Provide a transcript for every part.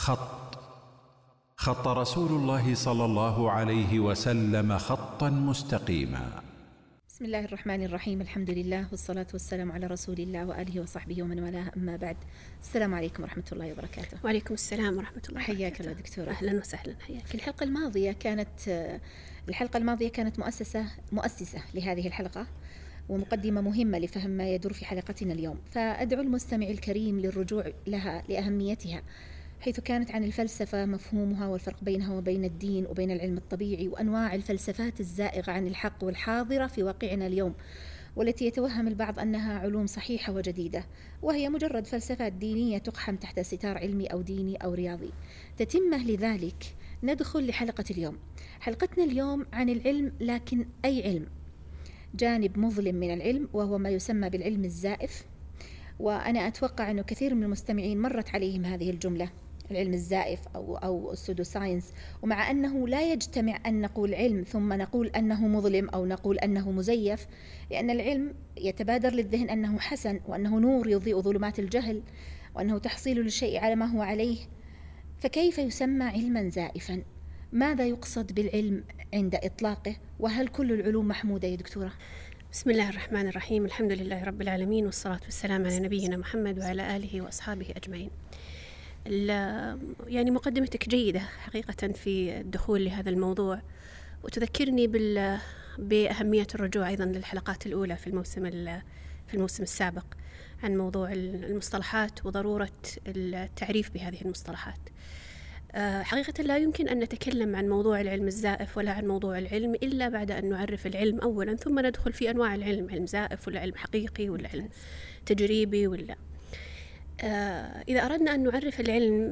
خط رسول الله صلى الله عليه وسلم خطا مستقيما. بسم الله الرحمن الرحيم، الحمد لله والصلاة والسلام على رسول الله وآله وصحبه ومن والاه، أما بعد. السلام عليكم ورحمة الله وبركاته. وعليكم السلام ورحمة الله وبركاته. حياك الله دكتورة. أهلا وسهلا. حياك. في الحلقة الماضية كانت مؤسسة لهذه الحلقة ومقدمة مهمة لفهم ما يدور في حلقتنا اليوم، فأدعو المستمع الكريم للرجوع لها لأهميتها، حيث كانت عن الفلسفة، مفهومها والفرق بينها وبين الدين وبين العلم الطبيعي، وأنواع الفلسفات الزائغة عن الحق والحاضرة في واقعنا اليوم، والتي يتوهم البعض أنها علوم صحيحة وجديدة، وهي مجرد فلسفات دينية تقحم تحت ستار علمي أو ديني أو رياضي. تتمة لذلك ندخل لحلقة اليوم. حلقتنا اليوم عن العلم، لكن أي علم؟ جانب مظلم من العلم وهو ما يسمى بالعلم الزائف، وأنا أتوقع أنه كثير من المستمعين مرت عليهم هذه الجملة، العلم الزائف أو السودو ساينس، ومع أنه لا يجتمع أن نقول علم ثم نقول أنه مظلم أو نقول أنه مزيف، لأن العلم يتبادر للذهن أنه حسن وأنه نور يضيء ظلمات الجهل وأنه تحصيل للشيء على ما هو عليه، فكيف يسمى علما زائفا؟ ماذا يقصد بالعلم عند إطلاقه؟ وهل كل العلوم محمودة يا دكتورة؟ بسم الله الرحمن الرحيم، الحمد لله رب العالمين، والصلاة والسلام على نبينا محمد وعلى آله وأصحابه أجمعين. يعني مقدمتك جيدة حقيقة في الدخول لهذا الموضوع، وتذكرني بأهمية الرجوع أيضا للحلقات الأولى في الموسم السابق عن موضوع المصطلحات وضرورة التعريف بهذه المصطلحات. حقيقة لا يمكن أن نتكلم عن موضوع العلم الزائف ولا عن موضوع العلم إلا بعد أن نعرف العلم أولا، ثم ندخل في أنواع العلم، علم زائف ولا علم حقيقي ولا علم تجريبي ولا. إذا أردنا أن نعرف العلم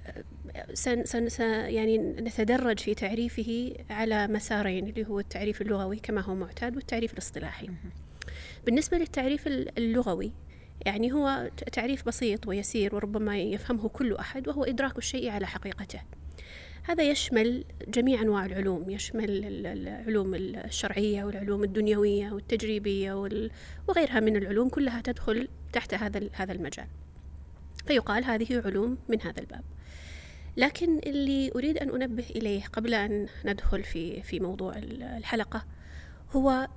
يعني نتدرج في تعريفه على مسارين، اللي هو التعريف اللغوي كما هو معتاد والتعريف الاصطلاحي. بالنسبة للتعريف اللغوي يعني هو تعريف بسيط ويسير وربما يفهمه كل أحد، وهو إدراك الشيء على حقيقته. هذا يشمل جميع أنواع العلوم، يشمل العلوم الشرعية والعلوم الدنيوية والتجريبية وغيرها من العلوم، كلها تدخل تحت هذا المجال، فيقال هذه علوم من هذا الباب. لكن اللي أريد أن أنبه إليه قبل أن ندخل في موضوع الحلقة هو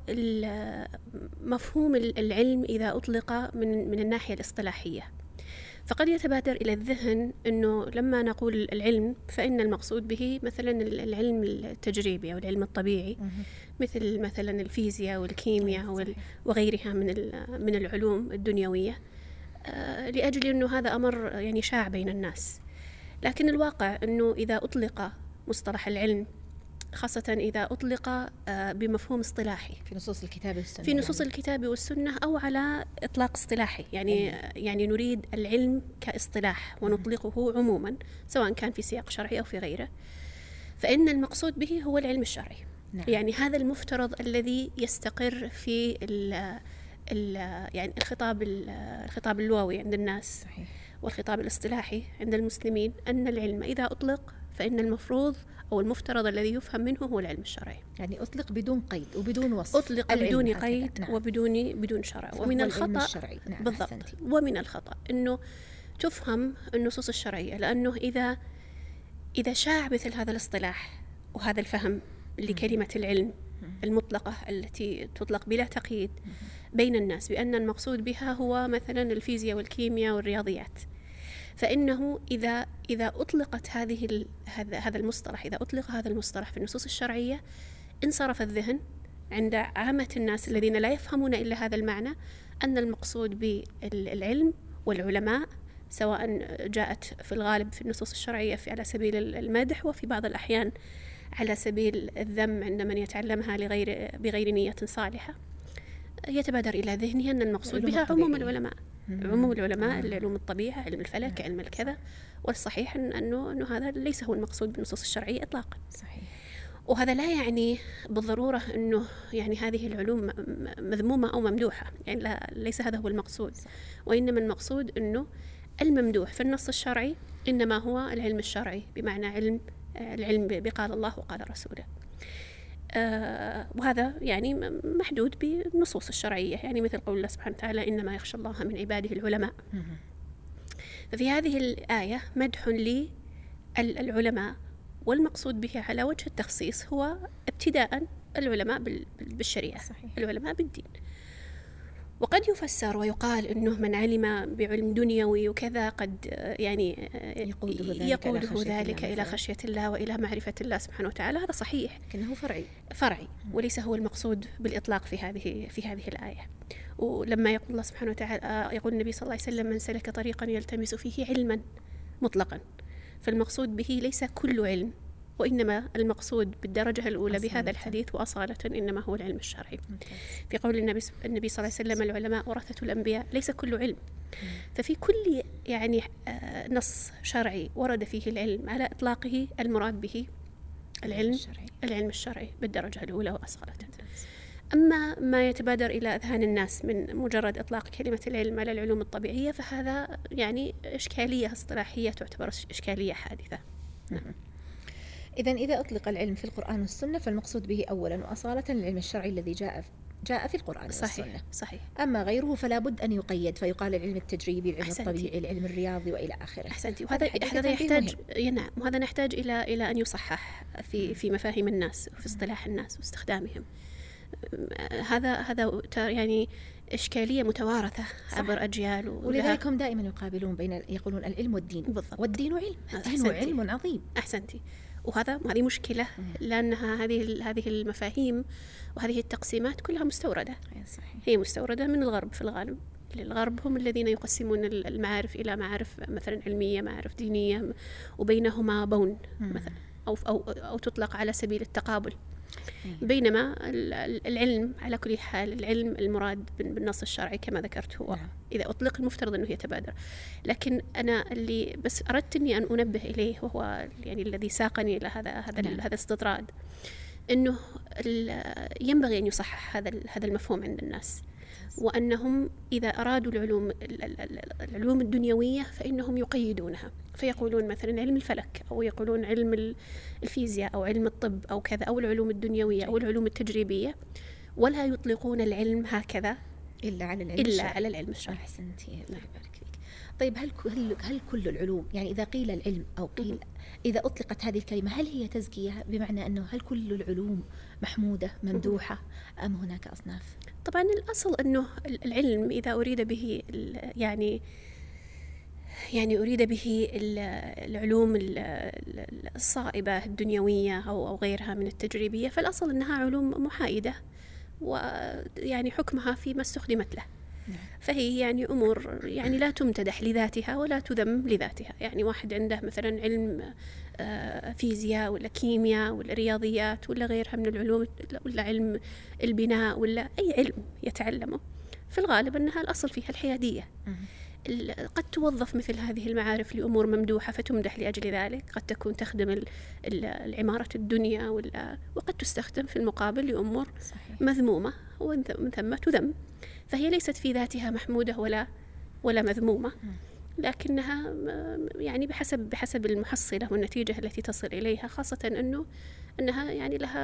مفهوم العلم إذا أطلق من الناحية الاصطلاحية. فقد يتبادر إلى الذهن أنه لما نقول العلم فإن المقصود به مثلا العلم التجريبي أو العلم الطبيعي، مثلا الفيزياء والكيمياء وغيرها من العلوم الدنيوية، لأجل أنه هذا أمر يعني شاع بين الناس. لكن الواقع أنه إذا أطلق مصطلح العلم، خاصة إذا أطلق بمفهوم اصطلاحي في نصوص الكتاب والسنة، الكتاب والسنة، أو على إطلاق اصطلاحي، يعني نريد العلم كاصطلاح ونطلقه عموما سواء كان في سياق شرعي أو في غيره، فإن المقصود به هو العلم الشرعي. نعم. يعني هذا المفترض الذي يستقر في يعني الخطاب اللغوي عند الناس. صحيح. والخطاب الاصطلاحي عند المسلمين، أن العلم إذا أطلق فإن المفروض أو المفترض الذي يفهم منه هو العلم الشرعي. يعني أطلق بدون قيد وبدون وصف، أطلق بدون قيد. نعم. وبدون شرع. ومن الخطأ نعم. بالضبط. ومن الخطأ أنه تفهم النصوص الشرعية، لأنه إذا شاع مثل هذا الاصطلاح وهذا الفهم لكلمة العلم المطلقة التي تطلق بلا تقييد بين الناس بأن المقصود بها هو مثلا الفيزياء والكيمياء والرياضيات، فإنه إذا أطلقت هذا المصطلح، إذا أطلق هذا المصطلح في النصوص الشرعية، انصرف الذهن عند عامة الناس الذين لا يفهمون إلا هذا المعنى، أن المقصود بالعلم والعلماء، سواء جاءت في الغالب في النصوص الشرعية على سبيل المدح، وفي بعض الأحيان على سبيل الذم عند من يتعلمها بغير نية صالحة، يتبادر إلى ذهنه أن المقصود بها عموم العلماء. عموم العلماء، العلوم الطبيعة، علم الفلك، علم الكذا. والصحيح أنه هذا ليس هو المقصود بالنصوص الشرعية إطلاقا. صحيح. وهذا لا يعني بالضرورة أنه يعني هذه العلوم مذمومة أو ممدوحة، يعني ليس هذا هو المقصود. وإنما المقصود أنه الممدوح في النص الشرعي إنما هو العلم الشرعي، بمعنى العلم بقال الله وقال رسوله. وهذا يعني محدود بالنصوص الشرعية، يعني مثل قول الله سبحانه وتعالى إنما يخشى الله من عباده العلماء. ففي هذه الآية مدح العلماء، والمقصود به على وجه التخصيص هو ابتداء العلماء بالشريعة، صحيح. العلماء بالدين. وقد يفسر ويقال أنه من علم بعلم دنيوي وكذا قد يعني يقوده ذلك إلى خشية الله وإلى معرفة الله سبحانه وتعالى. هذا صحيح، لكنه فرعي وليس هو المقصود بالإطلاق في هذه الآية. ولما يقول الله سبحانه وتعالى، يقول النبي صلى الله عليه وسلم: من سلك طريقا يلتمس فيه علما مطلقا، فالمقصود به ليس كل علم، وإنما المقصود بالدرجة الأولى بهذا الحديث وأصالة إنما هو العلم الشرعي. في قول النبي صلى الله عليه وسلم: العلماء ورثة الأنبياء، ليس كل علم. ففي كل يعني نص شرعي ورد فيه العلم على إطلاقه المراد به العلم الشرعي بالدرجة الأولى وأصالة. أما ما يتبادر إلى أذهان الناس من مجرد إطلاق كلمة العلم على العلوم الطبيعية، فهذا يعني إشكالية اصطلاحية تعتبر إشكالية حادثة. إذا أطلق العلم في القرآن والسنة فالمقصود به أولا وأصالة العلم الشرعي الذي جاء في القرآن والسنة. صحيح. أما غيره فلا بد أن يقيد، فيقال العلم التجريبي، العلم الطبيعي، العلم الرياضي وإلى آخره. أحسنتي. وهذا يحتاج نعم، وهذا نحتاج إلى أن يصحح في مفاهيم الناس وفي اصطلاح الناس واستخدامهم. هذا يعني إشكالية متوارثة عبر أجيال، ولذلك هم دائما يقابلون يقولون العلم والدين. بالضبط. والدين علم، الدين علم عظيم. أحسنتي. وهذه مشكلة، لأنها هذه المفاهيم وهذه التقسيمات كلها مستوردة. صحيح. هي مستوردة من الغرب في الغالب. الغرب هم الذين يقسمون المعارف إلى معارف مثلا علمية، معارف دينية، وبينهما بون مثلا، أو تطلق على سبيل التقابل. بينما العلم على كل حال، العلم المراد بالنص الشرعي كما ذكرت هو إذا أطلق المفترض أنه يتبادر. لكن أنا اللي بس أردت أني أن أنبه إليه، وهو يعني الذي ساقني إلى هذا الاستطراد، أنه ينبغي أن يصحح هذا المفهوم عند الناس، وأنهم إذا أرادوا العلوم الدنيوية فإنهم يقيدونها، فيقولون مثلا علم الفلك، أو يقولون علم الفيزياء، أو علم الطب، أو كذا، أو العلوم الدنيوية أو العلوم التجريبية، ولا يطلقون العلم هكذا إلا على العلم الشرعي. أحسنتي، الله يبارك فيك. طيب هل كل العلوم، يعني إذا قيل العلم أو قيل إذا أطلقت هذه الكلمة، هل هي تزكية بمعنى أنه هل كل العلوم محمودة ممدوحة أم هناك أصناف؟ طبعا الأصل أنه العلم إذا أريد به يعني أريد به العلوم الصائبة الدنيوية أو غيرها من التجريبية، فالأصل أنها علوم محايدة، ويعني حكمها فيما استخدمت له. فهي يعني أمور يعني لا تمتدح لذاتها ولا تذم لذاتها. يعني واحد عنده مثلا علم فيزياء ولا كيمياء ولا رياضيات ولا غيرها من العلوم، ولا علم البناء، ولا أي علم يتعلمه، في الغالب أنها الأصل فيها الحيادية. قد توظف مثل هذه المعارف لأمور ممدوحة فتمدح لأجل ذلك، قد تكون تخدم العمارة الدنيا، وقد تستخدم في المقابل لأمور مذمومة ومن ثم تذم. فهي ليست في ذاتها محمودة ولا مذمومة، لكنها يعني بحسب المحصلة والنتيجة التي تصل إليها، خاصة أنها يعني لها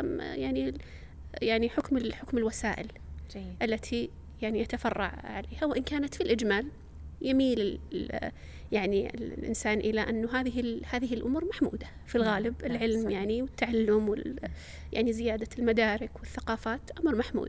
يعني حكم الوسائل التي يعني يتفرع عليها، وإن كانت في الإجمال يميل يعني الإنسان إلى أنه هذه الأمور محمودة في الغالب. العلم يعني والتعلم يعني زيادة المدارك والثقافات أمر محمود،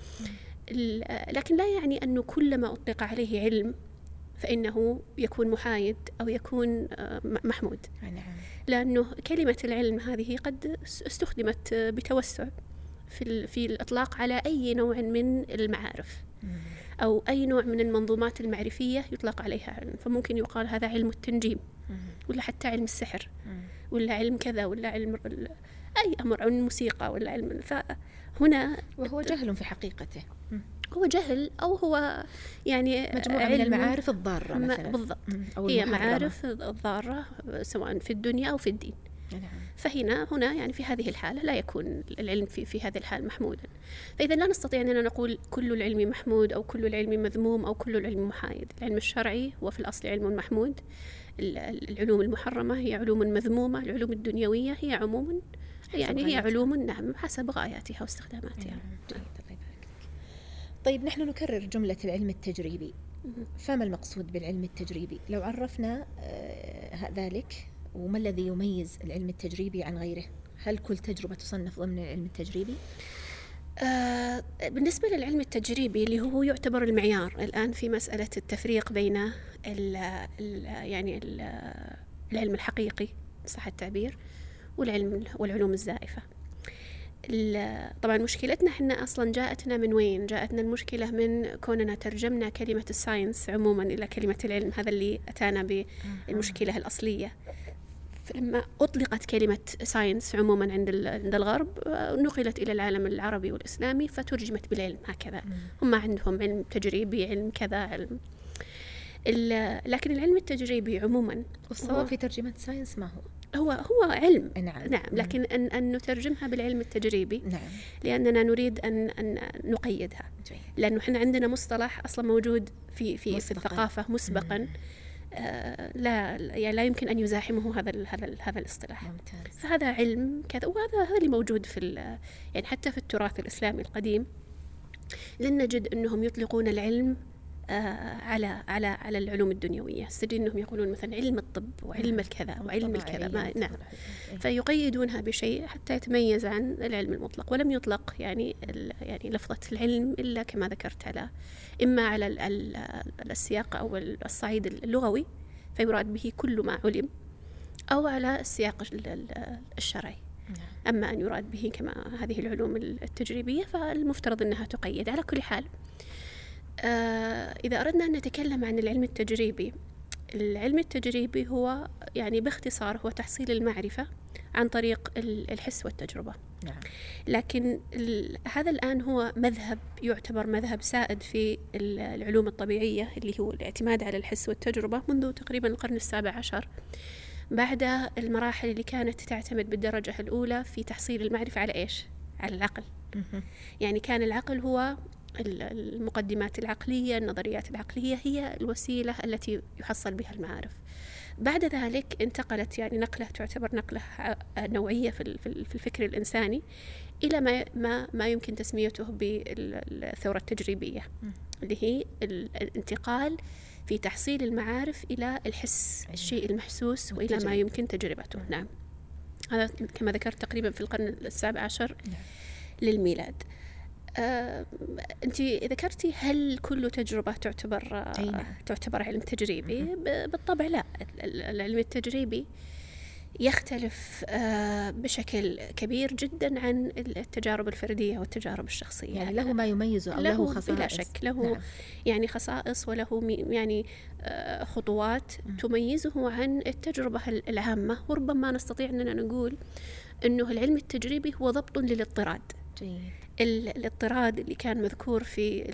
لكن لا يعني أنه كلما أطلق عليه علم فإنه يكون محايد أو يكون محمود. لأنه كلمة العلم هذه قد استخدمت بتوسع في الإطلاق على أي نوع من المعارف أو أي نوع من المنظومات المعرفية يطلق عليها علم. فممكن يقال هذا علم التنجيم، ولا حتى علم السحر، ولا علم كذا، ولا علم أي أمر، علم الموسيقى، ولا علم. فهنا وهو جهل في حقيقته، هو جهل أو هو يعني مجموعة من المعارف الضارة مثلا. بالضبط، هي معارف الضارة سواء في الدنيا أو في الدين. فهنا يعني في هذه الحالة لا يكون العلم في هذه الحالة محمودا. فإذا لا نستطيع أننا نقول كل العلم محمود أو كل العلم مذموم أو كل العلم محايد. العلم الشرعي هو في الأصل علم محمود. العلوم المحرمة هي علوم مذمومة. العلوم الدنيوية هي عموم يعني هي علوم نعم حسب غاياتها واستخداماتها. طيب نحن نكرر جملة العلم التجريبي، فما المقصود بالعلم التجريبي؟ لو عرفنا ذلك وما الذي يميز العلم التجريبي عن غيره؟ هل كل تجربة تصنف ضمن العلم التجريبي؟ بالنسبة للعلم التجريبي اللي هو يعتبر المعيار الآن في مسألة التفريق بين العلم الحقيقي صح التعبير والعلوم الزائفة. طبعا مشكلتنا احنا أصلا جاءتنا من وين؟ جاءتنا المشكلة من كوننا ترجمنا كلمة الساينس عموما إلى كلمة العلم، هذا اللي أتانا بالمشكلة الأصلية. فلما أطلقت كلمة ساينس عموما عند الغرب نقلت إلى العالم العربي والإسلامي فترجمت بالعلم هكذا. هم عندهم علم تجريبي، علم كذا، علم لكن العلم التجريبي عموما الصواب في ترجمة ساينس ما هو علم. نعم. لكن أن نترجمها بالعلم التجريبي نعم. لأننا نريد أن نقيدها، لأنه إحنا عندنا مصطلح أصلا موجود في الثقافة مسبقا لا يمكن أن يزاحمه هذا الاصطلاح. ممتاز. فهذا علم كذا، وهذا اللي موجود يعني حتى في التراث الإسلامي القديم لن نجد أنهم يطلقون العلم على العلوم الدنيوية. تجد أنهم يقولون مثلا علم الطب وعلم الكذا وعلم الكذا، نعم، فيقيدونها بشيء حتى يتميز عن العلم المطلق. ولم يطلق يعني لفظة العلم إلا كما ذكرت إما على السياق أو الصعيد اللغوي فيراد به كل ما علم، أو على السياق الشرعي. أما أن يراد به كما هذه العلوم التجريبية فالمفترض أنها تقيد. على كل حال إذا أردنا أن نتكلم عن العلم التجريبي، العلم التجريبي هو يعني باختصار هو تحصيل المعرفة عن طريق الحس والتجربة. نعم. لكن هذا الآن هو مذهب يعتبر مذهب سائد في العلوم الطبيعية، اللي هو الاعتماد على الحس والتجربة منذ تقريبا القرن 17 بعد المراحل اللي كانت تعتمد بالدرجة الأولى في تحصيل المعرفة على إيش؟ على العقل. يعني كان العقل هو المقدمات العقلية، النظريات العقلية هي الوسيلة التي يحصل بها المعارف. بعد ذلك انتقلت يعني نقلة تعتبر نقلة نوعية في الفكر الإنساني إلى ما يمكن تسميته بالثورة التجريبية، اللي هي الانتقال في تحصيل المعارف إلى الحس، الشيء المحسوس، وإلى ما يمكن تجربته. نعم، هذا كما ذكرت تقريبا في القرن 17 للميلاد. أنت ذكرتي هل كل تجربة تعتبر علم تجريبي؟ بالطبع لا. العلم التجريبي يختلف بشكل كبير جدا عن التجارب الفردية والتجارب الشخصية. يعني له ما يميزه أو له خصائص. بلا شك له. نعم. يعني خصائص وله يعني خطوات تميزه عن التجربة العامة. وربما نستطيع أننا نقول أنه العلم التجريبي هو ضبط للاضطراد. الاضطراد اللي كان مذكور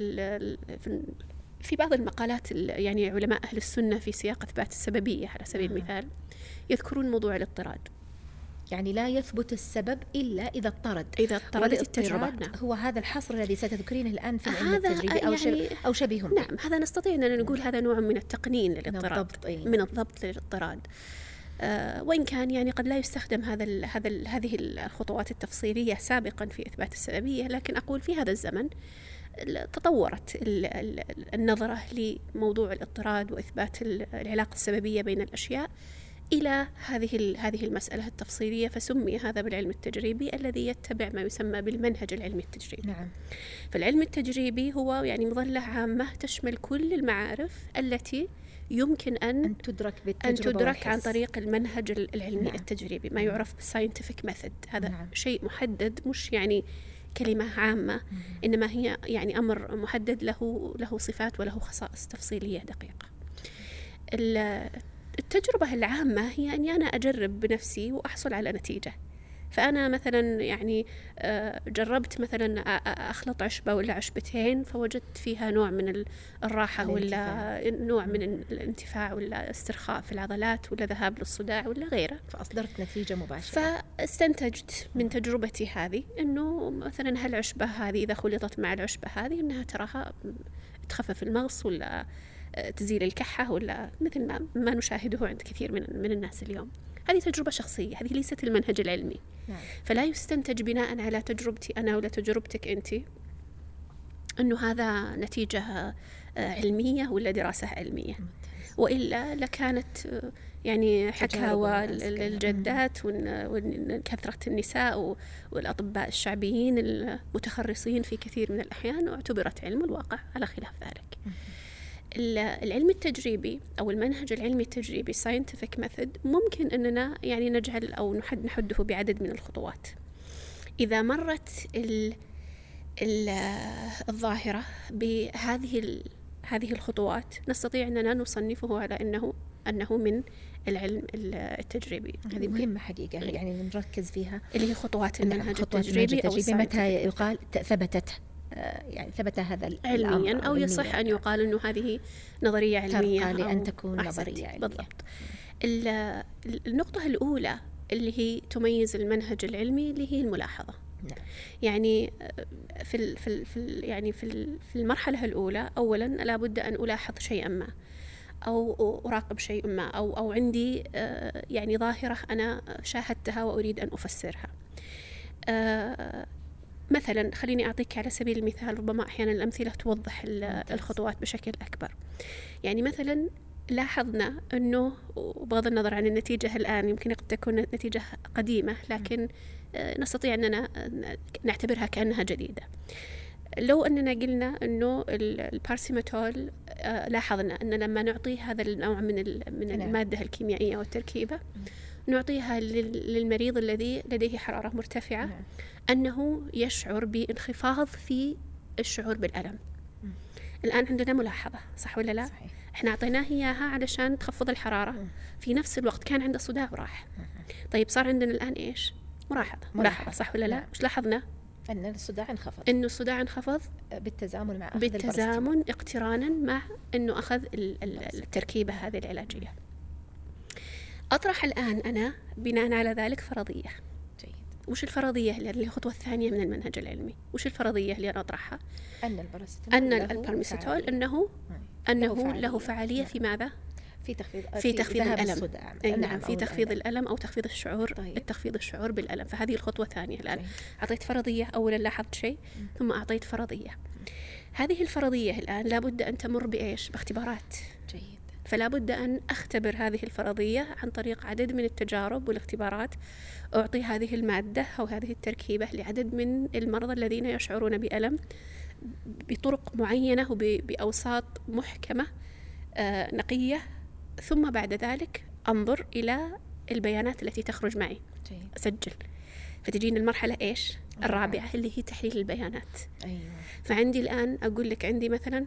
في بعض المقالات، يعني علماء أهل السنة في سياق إثبات السببية على سبيل المثال يذكرون موضوع الاضطراد. يعني لا يثبت السبب إلا إذا اضطردت التجربة. نعم. هو هذا الحصر الذي ستذكرينه الآن في العلم التجريبي أو شبيهه. نعم، هذا نستطيع أن نقول هذا نوع من التقنين للاضطراد، من الضبط للاضطراد. وإن كان يعني قد لا يستخدم هذه الخطوات التفصيلية سابقا في إثبات السببية، لكن أقول في هذا الزمن تطورت النظرة لموضوع الاضطراد وإثبات العلاقة السببية بين الأشياء إلى هذه المسألة التفصيلية، فسمي هذا بالعلم التجريبي الذي يتبع ما يسمى بالمنهج العلمي التجريبي. نعم. فالعلم التجريبي هو يعني مظلة عامة تشمل كل المعارف التي يمكن أن تدرك عن طريق المنهج العلمي. نعم. التجريبي، ما يعرف بالساينتفك ميثود. هذا نعم. شيء محدد، مش يعني كلمة عامة، إنما هي يعني أمر محدد له صفات وله خصائص تفصيلية دقيقة. التجربة العامة هي أني أنا أجرب بنفسي وأحصل على نتيجة. فأنا مثلا يعني جربت مثلا أخلط عشبة ولا عشبتين فوجدت فيها نوع من الراحة ولا نوع من الانتفاع ولا استرخاء في العضلات ولا ذهاب للصداع ولا غيره، فأصدرت نتيجة مباشرة. فاستنتجت من تجربتي هذه أنه مثلا هالعشبة هذه إذا خلطت مع العشبة هذه أنها تراها تخفف المغص ولا تزيل الكحة ولا مثل ما نشاهده عند كثير من الناس اليوم. هذه تجربة شخصية، هذه ليست المنهج العلمي. نعم. فلا يستنتج بناء على تجربتي أنا ولا تجربتك أنت أنه هذا نتيجة علمية ولا دراسة علمية. وإلا لكانت يعني حكاوى الجدات وكثرة النساء والأطباء الشعبيين المتخرصين في كثير من الأحيان، واعتبرت علم، الواقع على خلاف ذلك. العلم التجريبي أو المنهج العلمي التجريبي scientific method ممكن أننا يعني نجعل أو نحده بعدد من الخطوات. إذا مرت الظاهرة بهذه الخطوات نستطيع أننا نصنفه على أنه من العلم التجريبي. هذه مهمة حقيقة، يعني نركز فيها اللي هي خطوات المنهج التجريبي أو متى يقال ثبتت، يعني ثبت هذا علميا أو يصح أن يقال أنه هذه نظرية علمية لأن تكون نظرية علمية. بالضبط. النقطة الأولى اللي هي تميز المنهج العلمي اللي هي الملاحظة. نعم. يعني في المرحلة الأولى أولا لابد أن ألاحظ شيئا ما أو أراقب شيء ما أو عندي يعني ظاهرة أنا شاهدتها وأريد أن أفسرها. مثلا خليني أعطيك على سبيل المثال، ربما أحيانا الأمثلة توضح الخطوات بشكل أكبر. يعني مثلا لاحظنا أنه، بغض النظر عن النتيجة الآن يمكن قد تكون نتيجة قديمة، لكن نستطيع أننا نعتبرها كأنها جديدة. لو أننا قلنا أنه البارسيماتول لاحظنا أن لما نعطي هذا النوع من المادة الكيميائية والتركيبة نعطيها للمريض الذي لديه حرارة مرتفعة أنه يشعر بانخفاض في الشعور بالألم. الآن عندنا ملاحظة، صح ولا لا؟ صحيح. احنا أعطيناه إياها علشان تخفض الحرارة، في نفس الوقت كان عنده صداع وراح. طيب صار عندنا الآن إيش؟ ملاحظة، صح ولا لا؟ وش لاحظنا؟ أن الصداع انخفض. إنه الصداع انخفض بالتزامن مع اقترانا مع إنه أخذ التركيبة هذه العلاجية. أطرح الآن أنا بناء على ذلك فرضية. جيد. وش الفرضية اللي الخطوة الثانية من المنهج العلمي؟ وش الفرضية اللي أنا أطرحها؟ أن الباراسيتامول أنه له فعالية في ماذا؟ في تخفيض الألم. نعم، في تخفيض الألم أو تخفيض الشعور. طيب. التخفيض الشعور بالألم. فهذه الخطوة الثانية. الآن أعطيت فرضية، أولا لاحظت شيء ثم أعطيت فرضية. هذه الفرضية الآن لابد أن تمر بإيش؟ باختبارات. جيد. فلا بد أن أختبر هذه الفرضية عن طريق عدد من التجارب والاختبارات. أعطي هذه المادة أو هذه التركيبة لعدد من المرضى الذين يشعرون بألم بطرق معينة وبأوساط محكمة نقية، ثم بعد ذلك أنظر إلى البيانات التي تخرج معي. جيد. أسجل. فتجيني المرحلة إيش؟ الرابعة اللي هي تحليل البيانات. أيوة. فعندي الآن أقول لك عندي مثلا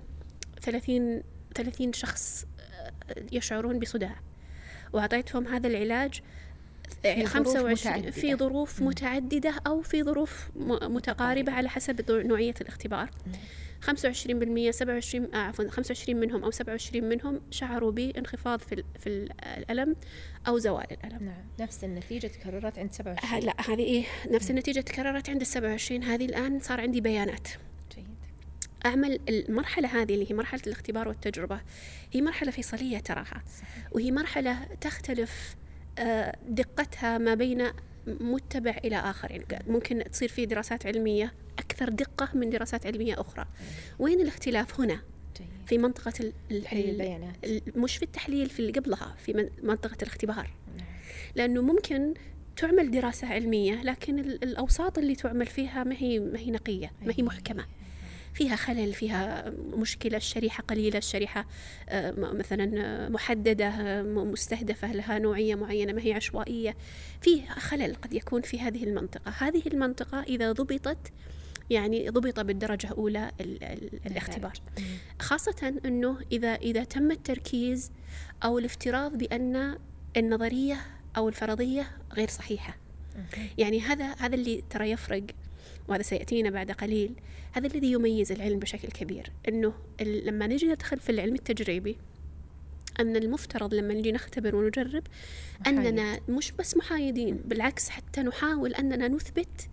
30 شخص يشعرون بصداع، وأعطيتهم هذا العلاج 25 في ظروف متعددة أو في ظروف متقاربة على حسب نوعية الاختبار. 25% 25 منهم أو 27 منهم شعروا بانخفاض في الألم أو زوال الألم. نعم. نفس النتيجة تكررت عند 27. لا، هذه نفس النتيجة تكررت عند 27. هذه الآن صار عندي بيانات. جيد. أعمل المرحلة هذه اللي هي مرحلة الاختبار والتجربة، هي مرحلة فيصلية تراها. صحيح. وهي مرحلة تختلف دقتها ما بين متبع إلى آخر. يعني ممكن تصير فيه دراسات علمية أكثر دقة من دراسات علمية أخرى. وين الاختلاف هنا؟ جيد. في منطقة تحليل البيانات، مش في التحليل، في اللي قبلها، في منطقة الاختبار. نعم. لأنه ممكن تعمل دراسة علمية لكن الأوساط اللي تعمل فيها ما هي نقية، ما هي محكمة، فيها خلل، فيها مشكلة، الشريحة قليلة، الشريحة مثلا محددة مستهدفة لها نوعية معينة، ما هي عشوائية، فيها خلل قد يكون في هذه المنطقة. هذه المنطقة إذا ضبطت، يعني ضبط بالدرجة الأولى الاختبار، خاصة أنه إذا تم التركيز أو الافتراض بأن النظرية أو الفرضية غير صحيحة. يعني هذا اللي ترى يفرق، وهذا سيأتينا بعد قليل. هذا الذي يميز العلم بشكل كبير، أنه لما نجي ندخل في العلم التجريبي أن المفترض لما نجي نختبر ونجرب أننا مش بس محايدين، بالعكس حتى نحاول أننا نثبت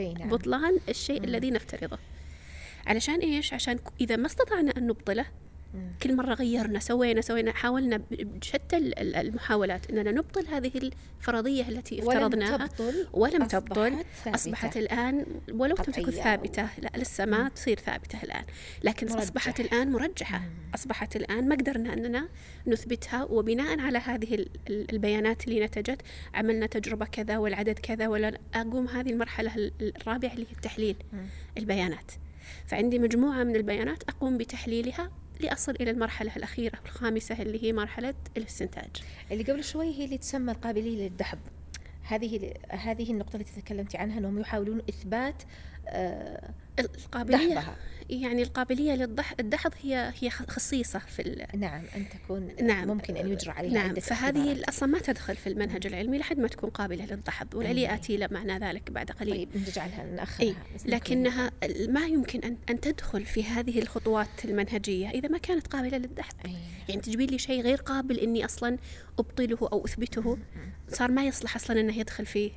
بطلان الشيء الذي نفترضه. علشان إيش؟ عشان إذا ما استطعنا أن نبطله كل مرة غيرنا، سوينا، حاولنا بشتى المحاولات أننا نبطل هذه الفرضية التي افترضناها ولم تبطل. أصبحت الآن ولو لم تكن ثابتة، لا لسه ما تصير ثابتة الآن، لكن أصبحت الآن مرجحة. أصبحت الآن ما قدرنا أننا نثبتها، وبناء على هذه البيانات اللي نتجت عملنا تجربة كذا والعدد كذا، ولا أقوم هذه المرحلة الرابعة اللي هي التحليل البيانات. فعندي مجموعة من البيانات أقوم بتحليلها لأصل إلى المرحلة الأخيرة الخامسة اللي هي مرحلة الاستنتاج، اللي قبل شوي هي اللي تسمى القابلية للدحض. هذه النقطة التي تكلمتي عنها، أنهم يحاولون إثبات القابلية دحضها. يعني القابلية الدحض هي خصيصة في نعم، أن تكون نعم ممكن أن يجرى عليها نعم. فهذه أصلا ما تدخل في المنهج العلمي لحد ما تكون قابلة للدحض، والعلي آتي معنى ذلك بعد قليل. طيب نجعلها نأخرها. لكنها ما يمكن أن تدخل في هذه الخطوات المنهجية إذا ما كانت قابلة للدحض. يعني تجيبين لي شيء غير قابل إني أصلا أبطله أو أثبته، صار ما يصلح أصلا أنه يدخل فيه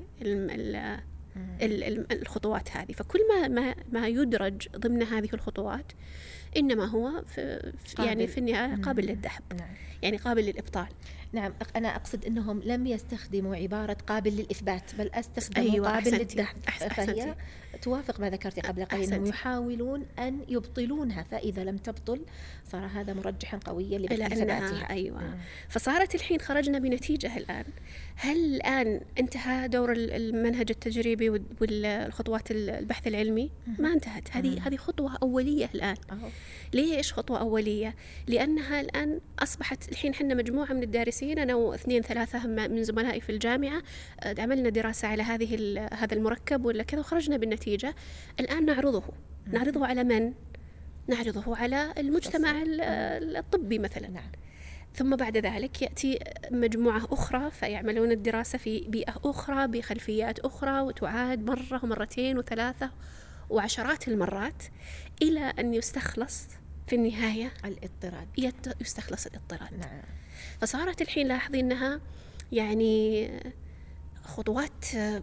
الخطوات هذه. فكل ما يدرج ضمن هذه الخطوات إنما هو في النهاية قابل للدحض. يعني قابل للإبطال. نعم، أنا أقصد أنهم لم يستخدموا عبارة قابل للإثبات، بل استخدموا قابل للدحض. فهي توافق ما ذكرتي قبل قليل، أنهم يحاولون أن يبطلونها، فإذا لم تبطل صار هذا مرجحا قويا لبطل ثباتها. أيوة. فصارت الحين خرجنا بنتيجة الآن. هل الآن انتهى دور المنهج التجريبي والخطوات البحث العلمي؟ ما انتهت. هذه خطوة أولية الآن. ليش خطوة أولية؟ لأنها الآن أصبحت الحين حنا مجموعة من الدارسين، أنا و2 3 من زملائي في الجامعة، عملنا دراسة على هذا المركب ولا كذا، وخرجنا بالنتيجة. الآن نعرضه على من؟ نعرضه على المجتمع الطبي مثلا. نعم. ثم بعد ذلك يأتي مجموعة أخرى فيعملون الدراسة في بيئة أخرى بخلفيات أخرى، وتعاد مرة ومرتين و3 وعشرات المرات إلى أن يستخلص في النهاية الاضطراد. يستخلص الاضطراد. نعم. فصارت الحين لاحظين أنها يعني خطوات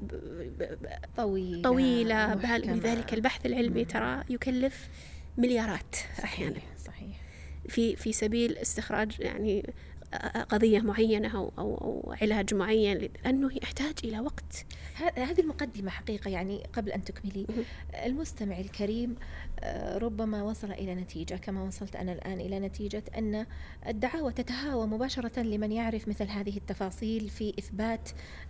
طويلة لذلك البحث العلمي ترى يكلف مليارات أحيانا. صحيح. في سبيل استخراج يعني قضية معينة أو علاج معين، لأنه يحتاج إلى وقت. هذه المقدمة حقيقة. يعني قبل أن تكملي، المستمع الكريم ربما وصل إلى نتيجة كما وصلت أنا الآن إلى نتيجة أن الدعاوى تتهاوى مباشرة لمن يعرف مثل هذه التفاصيل في إثبات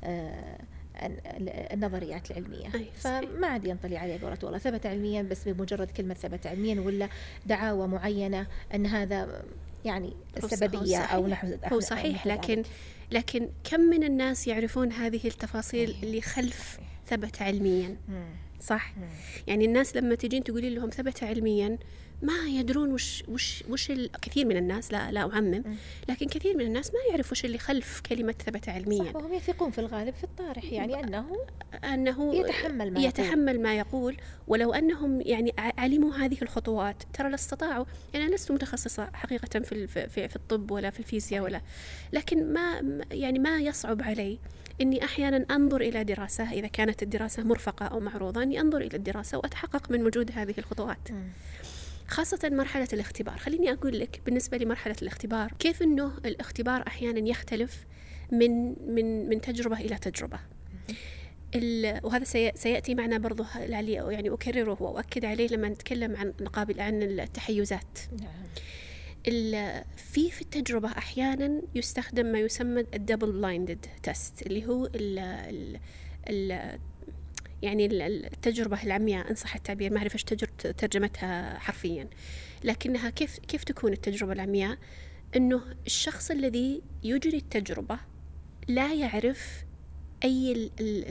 النظريات العلمية. فما عاد ينطلي عليه قولة والله ثبت علميا بس بمجرد كلمة ثبت علميا، ولا دعاوى معينة أن هذا يعني السببية أو نحو هو صحيح. لكن كم من الناس يعرفون هذه التفاصيل اللي خلف ثبت علميا؟ صح. يعني الناس لما تجين تقولي لهم ثبت علميا ما يدرون وش كثير من الناس، لا أعمم، لكن كثير من الناس ما يعرف وش اللي خلف كلمة ثبت علميا. وهم يثقون في الغالب في الطارح، يعني أنه يتحمل ما يقول. ولو أنهم يعني علموا هذه الخطوات ترى لاستطاعوا. يعني أنا لست متخصصة حقيقة في الطب ولا في الفيزياء ولا، لكن ما يصعب علي إني أحيانا أنظر إلى دراسة، إذا كانت الدراسة مرفقة أو معروضة، أني أنظر إلى الدراسة وأتحقق من وجود هذه الخطوات. خاصة مرحلة الاختبار. خليني أقول لك بالنسبة لمرحلة الاختبار كيف أنه الاختبار أحيانا يختلف من تجربة إلى تجربة. وهذا سيأتي معنا برضه يعني أكرره وأؤكد عليه لما نتكلم عن التحيزات. في التجربة أحيانا يستخدم ما يسمى الدبل بلايندد تيست، اللي هو يعني التجربة العمياء، إن صح التعبير، ما أعرف إيش ترجمتها حرفيا، لكنها كيف تكون التجربة العمياء؟ إنه الشخص الذي يجري التجربة لا يعرف أي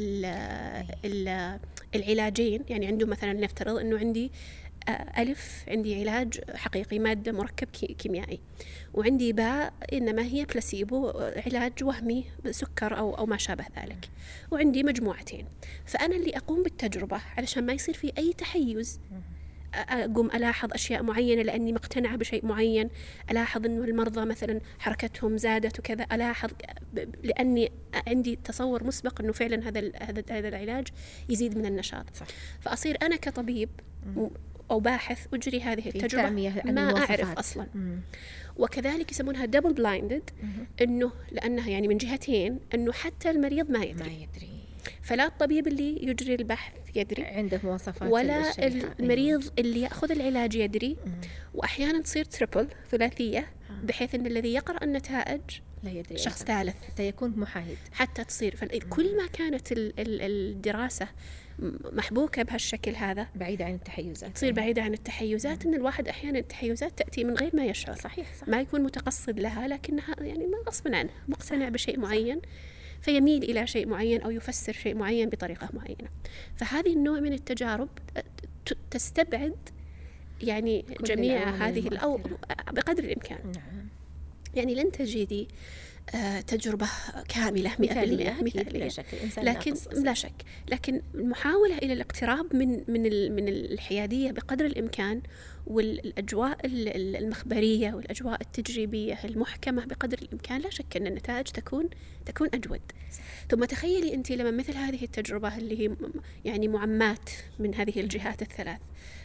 العلاجين. يعني عنده مثلا نفترض إنه عندي عندي علاج حقيقي مادة مركب كيميائي، وعندي باء إنما هي بلاسيبو علاج وهمي سكر أو ما شابه ذلك، وعندي مجموعتين. فأنا اللي أقوم بالتجربة علشان ما يصير في أي تحيز، أقوم ألاحظ أشياء معينة لأني مقتنعة بشيء معين، ألاحظ إنه المرضى مثلا حركتهم زادت وكذا، ألاحظ لأني عندي تصور مسبق إنه فعلا هذا العلاج يزيد من النشاط. فأصير أنا كطبيب أو باحث أجري هذه التجربة ما أعرف أصلا. وكذلك يسمونها double blinded، إنه لأنها يعني من جهتين، إنه حتى المريض ما يدري. فلا الطبيب اللي يجري البحث يدري عنده مواصفات، ولا المريض اللي يأخذ العلاج يدري. وأحيانا تصير تريبل، ثلاثية، بحيث أن الذي يقرأ النتائج لا يدري، شخص ثالث حتى يكون محايد، حتى تصير. فكل ما كانت الدراسة محبوكة بهالشكل هذا، بعيدة عن التحيزات، تصير بعيدة عن التحيزات. إن الواحد أحيانا التحيزات تأتي من غير ما يشعر. صحيح. ما يكون متقصد لها، لكنها يعني غصبا عنه مقتنع بشيء معين، فيميل إلى شيء معين أو يفسر شيء معين بطريقة معينة. فهذه النوع من التجارب تستبعد يعني جميع هذه أو بقدر الإمكان. نعم. يعني لن تجدي تجربة كاملة 100%، لكن لا شك، لكن المحاولة إلى الاقتراب من الحيادية بقدر الإمكان، والأجواء المخبرية والأجواء التجريبية المحكمة بقدر الإمكان، لا شك أن النتائج تكون أجود. ثم تخيلي أنت لما مثل هذه التجربة اللي هي يعني معمات من هذه الجهات الثلاث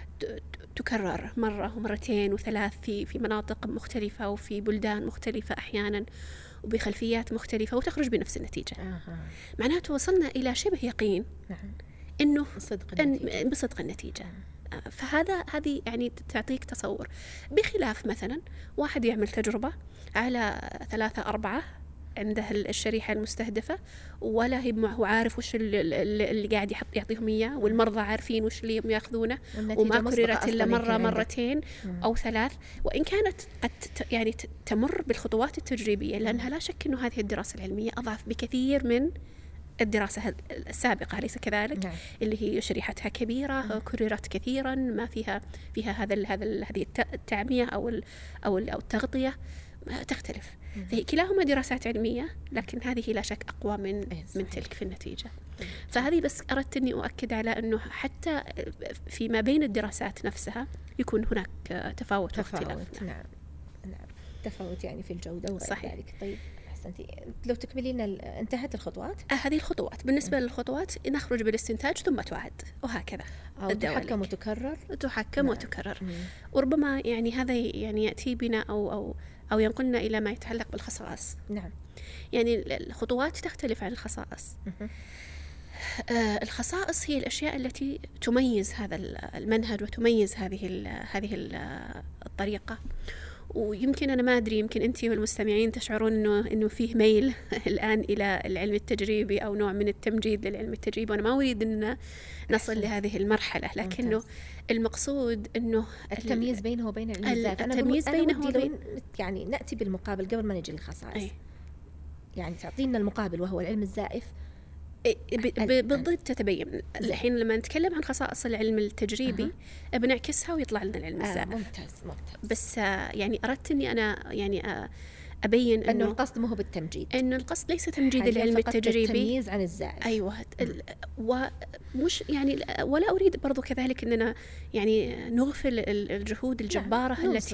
تكرر مرة ومرتين وثلاث في مناطق مختلفة وفي بلدان مختلفة أحيانا وبخلفيات مختلفة، وتخرج بنفس النتيجة. معناته وصلنا إلى شبه يقين إنه بصدق النتيجة. هذه يعني تعطيك تصور، بخلاف مثلا واحد يعمل تجربة على 3-4 عنده الشريحة المستهدفة، ولا هو عارف وش اللي قاعد يعطيهم إياه، والمرضى عارفين وش اللي يأخذونه، وما كررت إلا مرة مرتين أو 3. وإن كانت قد يعني تمر بالخطوات التجريبية، لأنها لا شك أنه هذه الدراسة العلمية أضعف بكثير من الدراسة السابقة، أليس كذلك؟ نعم. اللي هي شريحتها كبيرة، كررت كثيرا، ما فيها هذه التعمية أو التغطية تختلف. فهي كلاهما دراسات علمية، لكن هذه لا شك أقوى من تلك في النتيجة. فهذه بس أردت أني أؤكد على أنه حتى فيما بين الدراسات نفسها يكون هناك تفاوت واختلاف. نعم. تفاوت يعني في الجودة وغير ذلك. طيب أحسنتي، لو تكملين انتهت الخطوات. هذه الخطوات بالنسبة للخطوات، نخرج بالاستنتاج ثم تعاد، وهكذا. تحكم وتكرر، تحكم وتكرر. وربما يعني هذا يعني يأتي بنا أو ينقلنا إلى ما يتعلق بالخصائص. نعم. يعني الخطوات تختلف عن الخصائص. الخصائص هي الأشياء التي تميز هذا المنهج وتميز هذه الطريقة. ويمكن أنا ما أدري، يمكن أنت والمستمعين تشعرون إنه فيه ميل الآن إلى العلم التجريبي أو نوع من التمجيد للعلم التجريبي، وأنا ما أريد أن نصل لهذه المرحلة، لكنه المقصود إنه التمييز بينه وبين العلم الذات. التمييز بينه وبين يعني نأتي بالمقابل قبل ما نجي للخصائص. يعني تعطينا المقابل وهو العلم الزائف. بالضبط تتبين. الحين لما نتكلم عن خصائص العلم التجريبي بنعكسها ويطلع لنا العلم الزائف. ممتاز. بس يعني أردت أني أنا يعني أبين أنه القصد ما هو بالتمجيد، أنه القصد ليس تمجيد العلم التجريبي، التمييز عن الزائف. أيوة. ومش يعني ولا أريد برضو كذلك أننا يعني نغفل الجهود الجبارة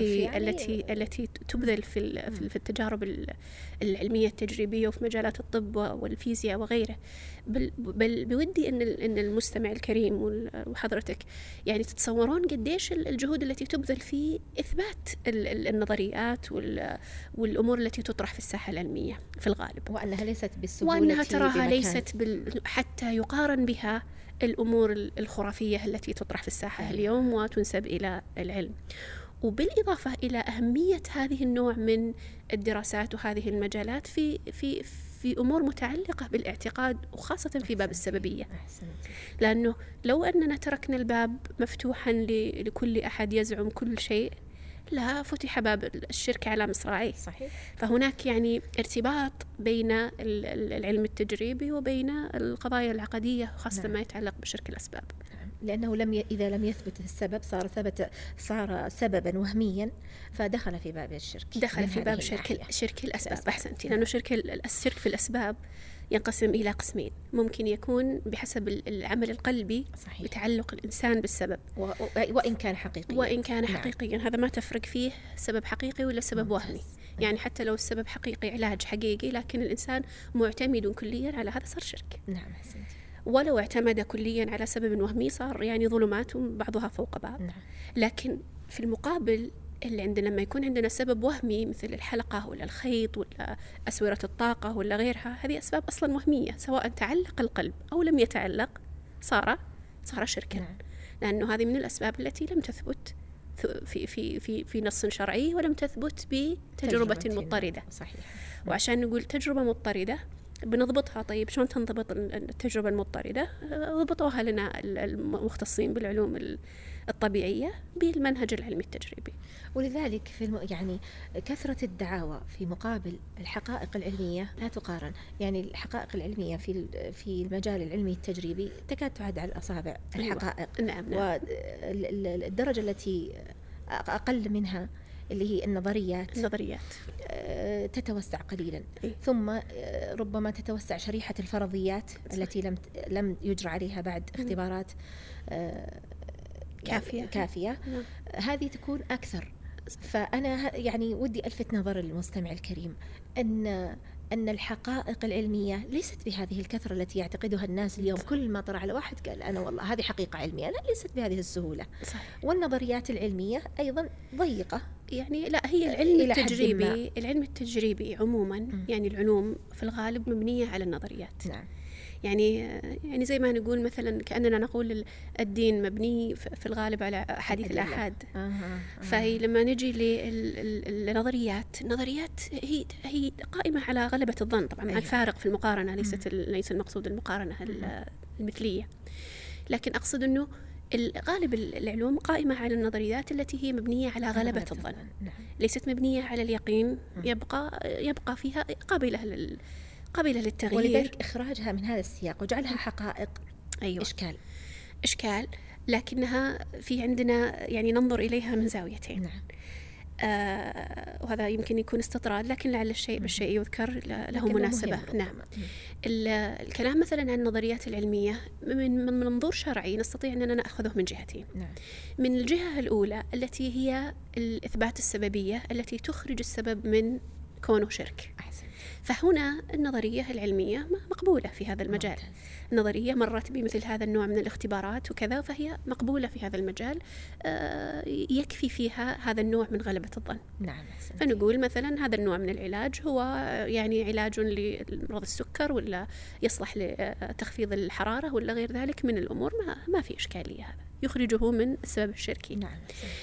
التي تبذل في التجارب العلمية التجريبية وفي مجالات الطب والفيزياء وغيره. بل بودي أن المستمع الكريم وحضرتك يعني تتصورون قديش الجهود التي تبذل في إثبات النظريات والأمور التي تطرح في الساحة العلمية في الغالب، وأنها ليست بالسهولة، وأنها تراها ليست حتى يقارن بها الأمور الخرافية التي تطرح في الساحة اليوم وتنسب إلى العلم. وبالإضافة إلى أهمية هذه النوع من الدراسات وهذه المجالات في أمور متعلقة بالاعتقاد، وخاصة في باب السببية. لأنه لو أننا تركنا الباب مفتوحا لكل أحد يزعم كل شيء، لا فتح باب الشرك على مصراعيه. صحيح. فهناك يعني ارتباط بين العلم التجريبي وبين القضايا العقدية، خاصة ما يتعلق بشرك الأسباب. لأنه إذا لم يثبت السبب صار سببا وهميا، فدخل في باب الشرك، دخل في باب شرك الأسباب. أحسنتي. لأنه الشرك في الأسباب ينقسم إلى قسمين. ممكن يكون بحسب العمل القلبي. صحيح. بتعلق الإنسان بالسبب، وإن كان حقيقيا هذا ما تفرق فيه سبب حقيقي ولا سبب وهمي. يعني حتى لو السبب حقيقي علاج حقيقي، لكن الإنسان معتمد كليا على هذا، صار شرك. نعم. حسنتي. ولو اعتمد كليا على سبب وهمي صار يعني ظلمات بعضها فوق بعض. نعم. لكن في المقابل اللي عندنا لما يكون عندنا سبب وهمي مثل الحلقة ولا الخيط ولا أسورة الطاقة ولا غيرها، هذه أسباب أصلا وهمية، سواء تعلق القلب أو لم يتعلق صار شركا. نعم. لأنه هذه من الأسباب التي لم تثبت في نص شرعي ولم تثبت بتجربة مضطردة. صحيح. وعشان نقول تجربة مضطردة بنضبطها. طيب شلون تنضبط التجربة المضطردة؟ ضبطوها لنا المختصين بالعلوم الطبيعية بالمنهج العلمي التجريبي. ولذلك يعني كثرة الدعاوى في مقابل الحقائق العلمية لا تقارن. يعني الحقائق العلمية في المجال العلمي التجريبي تكاد تعد على الأصابع الحقائق. نعم. والدرجة التي أقل منها اللي هي النظريات تتوسع قليلا. ثم ربما تتوسع شريحة الفرضيات التي لم يجرى عليها بعد اختبارات كافية. هذه تكون أكثر. فأنا يعني ودي ألفت نظر المستمع الكريم أن الحقائق العلمية ليست بهذه الكثرة التي يعتقدها الناس اليوم. كل ما طرح على واحد قال أنا والله هذه حقيقة علمية، لا، ليست بهذه السهولة. صحيح. والنظريات العلمية أيضا ضيقة. يعني لا، هي العلم التجريبي عموما يعني العلوم في الغالب مبنية على النظريات. نعم. يعني زي ما نقول مثلا كأننا نقول الدين مبني في الغالب على أحاديث الآحاد. فهي لما نجي للنظريات، النظريات هي قائمة على غلبة الظن طبعا، مع الفارق في المقارنة. ليس المقصود المقارنة المثلية، لكن أقصد أنه غالب العلوم قائمة على النظريات التي هي مبنية على غلبة الظن. ليست مبنية على اليقين. يبقى فيها قابلة للتغيير. ولذلك إخراجها من هذا السياق وجعلها حقائق أيوة. إشكال، لكنها في عندنا يعني ننظر إليها من زاويتين. نعم. وهذا يمكن يكون استطراد، لكن لعل الشيء بالشيء يذكر له مناسبة. نعم. الكلام مثلا عن النظريات العلمية من منظور شرعي نستطيع أننا نأخذه من جهتين. نعم. من الجهة الأولى التي هي الإثبات السببية التي تخرج السبب من كونه شرك. أحسن. فهنا النظرية العلمية مقبولة في هذا المجال. ممتاز. النظرية مرت بمثل هذا النوع من الاختبارات وكذا، فهي مقبولة في هذا المجال. يكفي فيها هذا النوع من غلبة الظن. نعم. فنقول مثلا هذا النوع من العلاج هو يعني علاج لمرض السكر، ولا يصلح لتخفيض الحرارة، ولا غير ذلك من الأمور، ما في إشكالية. هذا يخرجه من السبب الشركي. نعم.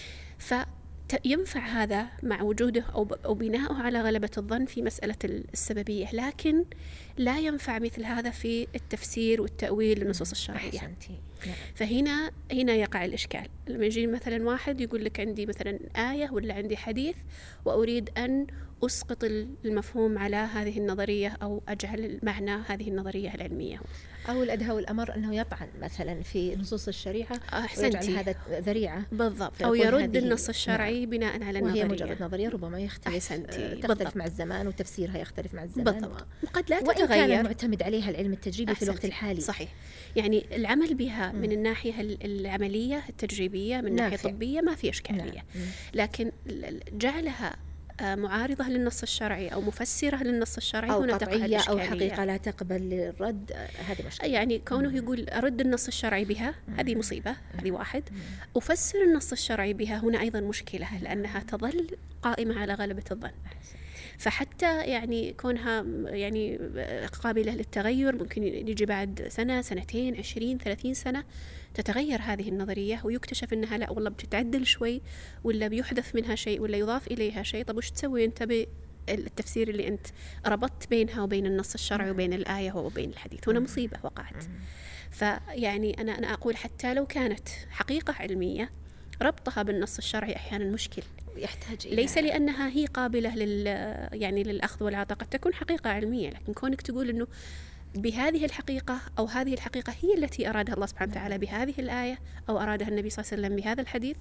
ينفع هذا مع وجوده أو بناؤه على غلبة الظن في مسألة السببية، لكن لا ينفع مثل هذا في التفسير والتأويل للنصوص الشرعية. نعم. فهنا يقع الإشكال. لما يجي مثلا واحد يقول لك عندي مثلا آية ولا عندي حديث وأريد أن أسقط المفهوم على هذه النظرية أو أجعل المعنى هذه النظرية العلمية، أو الأدهى والأمر أنه يطعن مثلا في نصوص الشريعة ويجعل هذا ذريعة بالضبط، أو يرد النص الشرعي. نعم. بناء على النظرية، وهي مجرد نظرية ربما يختلف تختلف مع الزمان، وتفسيرها يختلف مع الزمان. بالضبط. وقد لا تتغير، وإن كان المعتمد عليها العلم التجريبي في الوقت الحالي. صحيح. يعني العمل بها من الناحية العملية التجريبية من ناحية طبية ما في إشكالية. لكن جعلها معارضة للنص الشرعي أو مفسرة للنص الشرعي أو هنا قطعية أو حقيقة لا تقبل الرد، هذه مشكلة. يعني كونه يقول أرد النص الشرعي بها، هذه مصيبة، هذه واحد. أفسر النص الشرعي بها هنا أيضا مشكلة، لأنها تظل قائمة على غلبة الظن. فحتى يعني كونها يعني قابلة للتغير، ممكن يجي بعد سنة، سنتين، 20، 30 سنة تتغير هذه النظرية ويكتشف أنها لا والله بتتعدل شوي، ولا بيحدث منها شيء، ولا يضاف إليها شيء. طب وش تسوي أنت بالتفسير اللي أنت ربطت بينها وبين النص الشرعي وبين الآية وبين الحديث؟ هنا مصيبة وقعت. فيعني أنا أقول حتى لو كانت حقيقة علمية، ربطها بالنص الشرعي أحيانا مشكل، يحتاج ليس لأنها هي قابلة يعني للأخذ والعطاء. قد تكون حقيقة علمية، لكن كونك تقول أنه بهذه الحقيقة أو هذه الحقيقة هي التي أرادها الله سبحانه وتعالى بهذه الآية، أو أرادها النبي صلى الله عليه وسلم بهذا الحديث،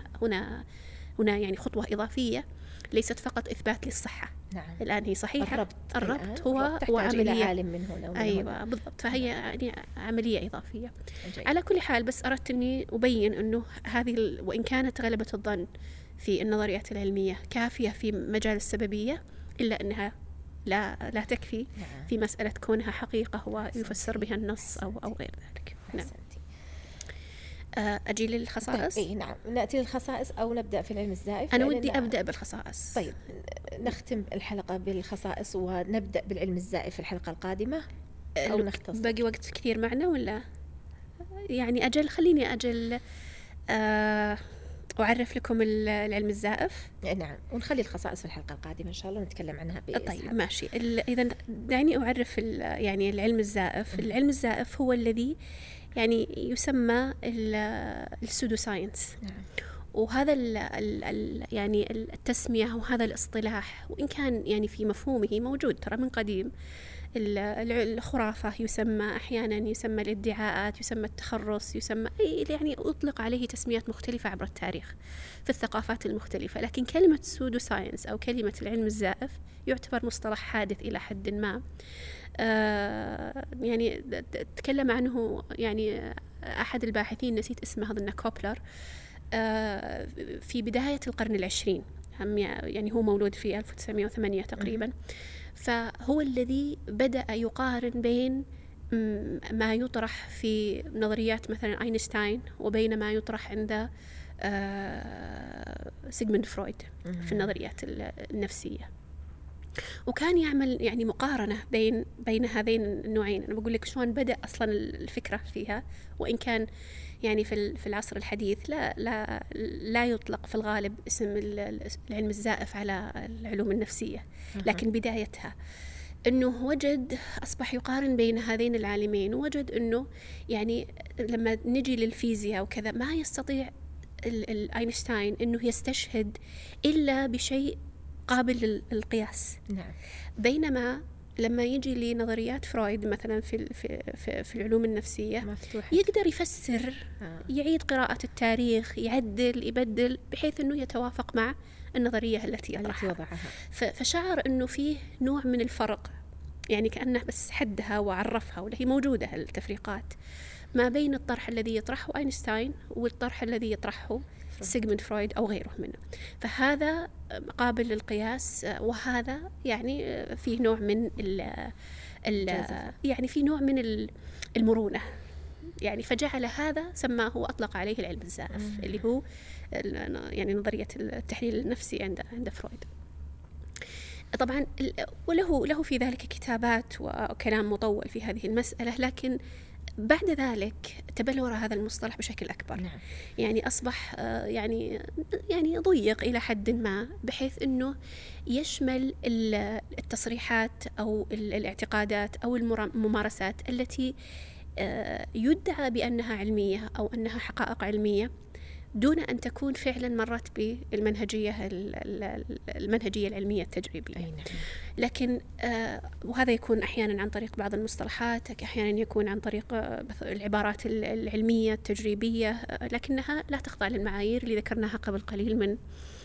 هنا يعني خطوة إضافية، ليست فقط إثبات للصحة. نعم. الآن هي صحيحة. الربط هو عملية عالم من هنا. أيوة بالضبط. فهي يعني عملية إضافية. على كل حال، بس أردت أني أبين أنه هذه وإن كانت غلبة الظن في النظريات العلمية كافية في مجال السببية، إلا أنها لا تكفي في مسألة كونها حقيقة ويفسر بها النص أو غير ذلك. نعم. أجي للخصائص. طيب نعم، نأتي للخصائص أو نبدأ في العلم الزائف؟ أنا ودي أبدأ بالخصائص. طيب نختم الحلقة بالخصائص ونبدأ بالعلم الزائف في الحلقة القادمة أو نختصر؟ باقي وقت كثير معنا ولا يعني خليني أعرف لكم العلم الزائف. نعم، ونخلي الخصائص في الحلقة القادمة إن شاء الله نتكلم عنها بإسهاب. طيب ماشي. إذا دعني أعرف يعني العلم الزائف. العلم الزائف هو الذي يعني يسمى السودو ساينس. نعم. وهذا يعني التسمية وهذا الاصطلاح وإن كان يعني في مفهومه موجود ترى من قديم، الخرافة يسمى أحيانا، يسمى الادعاءات، يسمى التخرص، يسمى يعني أطلق عليه تسميات مختلفة عبر التاريخ في الثقافات المختلفة. لكن كلمة سودو ساينس أو كلمة العلم الزائف يعتبر مصطلح حادث إلى حد ما. يعني تكلم عنه يعني أحد الباحثين، نسيت اسمه، أظن كوبلر، في بداية القرن العشرين، يعني هو مولود في 1908 تقريبا. فهو الذي بدأ يقارن بين ما يطرح في نظريات مثلا أينشتاين وبين ما يطرح عند سيغموند فرويد في النظريات النفسية، وكان يعمل يعني مقارنة بين هذين النوعين. أنا بقول لك شلون بدأ أصلا الفكرة فيها، وإن كان يعني في العصر الحديث لا يطلق في الغالب اسم العلم الزائف على العلوم النفسية، لكن بدايتها أنه أصبح يقارن بين هذين العالمين، ووجد أنه يعني لما نجي للفيزياء وكذا ما يستطيع أينشتاين أنه يستشهد إلا بشيء قابل للقياس. نعم. بينما لما يجي لنظريات فرويد مثلا في العلوم النفسية مفتوحة، يقدر يفسر يعيد قراءة التاريخ، يعدل، يبدل بحيث أنه يتوافق مع النظرية التي يطرحها. فشعر أنه فيه نوع من الفرق، يعني كأنه بس حدها وعرفها، ولا هي موجودة التفريقات ما بين الطرح الذي يطرحه أينشتاين والطرح الذي يطرحه سيغموند فرويد أو غيره منه. فهذا قابل للقياس، وهذا يعني فيه نوع من يعني فيه نوع من المرونة، يعني فجعل هذا سماه وأطلق عليه العلم الزائف اللي هو يعني نظرية التحليل النفسي عند فرويد. طبعا وله في ذلك كتابات وكلام مطول في هذه المسألة، لكن بعد ذلك تبلور هذا المصطلح بشكل أكبر. نعم. يعني أصبح يعني ضيق إلى حد ما، بحيث أنه يشمل التصريحات أو الاعتقادات أو الممارسات التي يدعى بأنها علمية أو أنها حقائق علمية دون أن تكون فعلا مرت بالمنهجية العلمية التجريبية. لكن وهذا يكون أحيانا عن طريق بعض المصطلحات، أحيانا يكون عن طريق العبارات العلمية التجريبية، لكنها لا تخضع للمعايير اللي ذكرناها قبل قليل من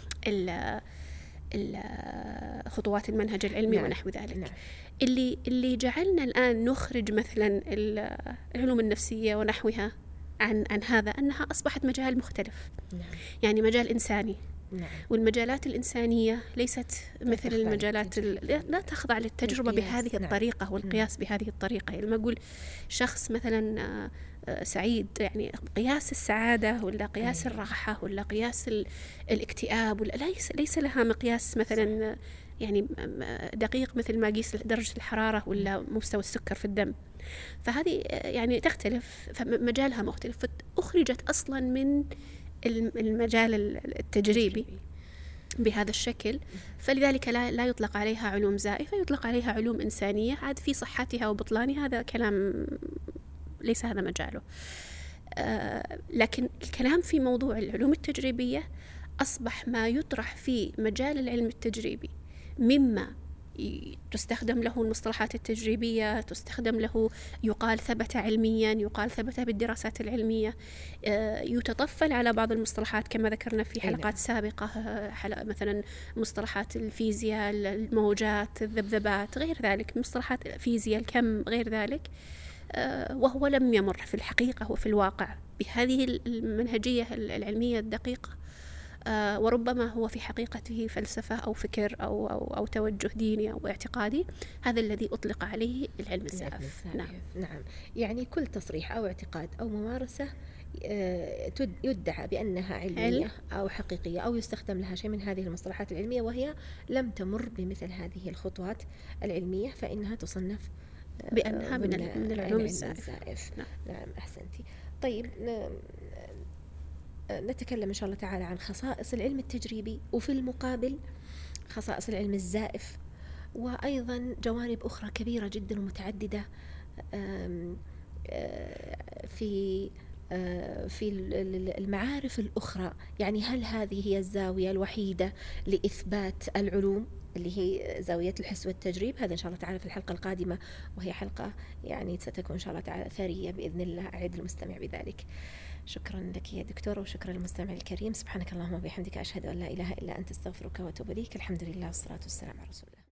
خطوات المنهج العلمي. نعم. ونحو ذلك. نعم. اللي جعلنا الآن نخرج مثلا العلوم النفسية ونحوها عن هذا أنها أصبحت مجال مختلف. نعم. يعني مجال إنساني. نعم. والمجالات الإنسانية ليست مثل المجالات لا تخضع للتجربة بهذه الطريقة والقياس بهذه الطريقة. يعني لما أقول شخص مثلا سعيد، يعني قياس السعادة ولا قياس الراحة ولا قياس الاكتئاب ولا ليس لها مقياس مثلا يعني دقيق مثل ما قيس درجة الحرارة ولا مستوى السكر في الدم. فهذه يعني تختلف، فمجالها مختلف، فأخرجت أصلا من المجال التجريبي بهذا الشكل. فلذلك لا يطلق عليها علوم زائفة، يطلق عليها علوم إنسانية. عاد في صحتها وبطلانها هذا كلام ليس هذا مجاله. لكن الكلام في موضوع العلوم التجريبية أصبح ما يطرح في مجال العلم التجريبي مما تستخدم له المصطلحات التجريبية، تستخدم له يقال ثبت علميا، يقال ثبت بالدراسات العلمية، يتطفل على بعض المصطلحات كما ذكرنا في حلقات سابقة، مثلا مصطلحات الفيزياء، الموجات، الذبذبات، غير ذلك مصطلحات فيزياء الكم، غير ذلك، وهو لم يمر في الحقيقة وفي الواقع بهذه المنهجية العلمية الدقيقة وربما هو في حقيقته فلسفة أو فكر أو توجه ديني أو اعتقادي. هذا الذي أطلق عليه العلم الزائف. نعم. يعني كل تصريح أو اعتقاد أو ممارسة يدعى بأنها علمية أو حقيقية أو يستخدم لها شيء من هذه المصطلحات العلمية وهي لم تمر بمثل هذه الخطوات العلمية، فإنها تصنف بأنها من العلوم الزائف. نعم أحسنتي. طيب نتكلم إن شاء الله تعالى عن خصائص العلم التجريبي، وفي المقابل خصائص العلم الزائف، وأيضا جوانب أخرى كبيرة جدا ومتعددة في المعارف الأخرى. يعني هل هذه هي الزاوية الوحيدة لإثبات العلوم اللي هي زاوية الحس والتجريب؟ هذا إن شاء الله تعالى في الحلقة القادمة، وهي حلقة يعني ستكون إن شاء الله تعالى ثرية بإذن الله. أعد المستمع بذلك. شكرا لك يا دكتورة، وشكرا للمستمع الكريم. سبحانك اللهم وبحمدك، أشهد أن لا إله إلا أنت، استغفرك وأتوب إليك. الحمد لله والصلاة والسلام على رسول الله.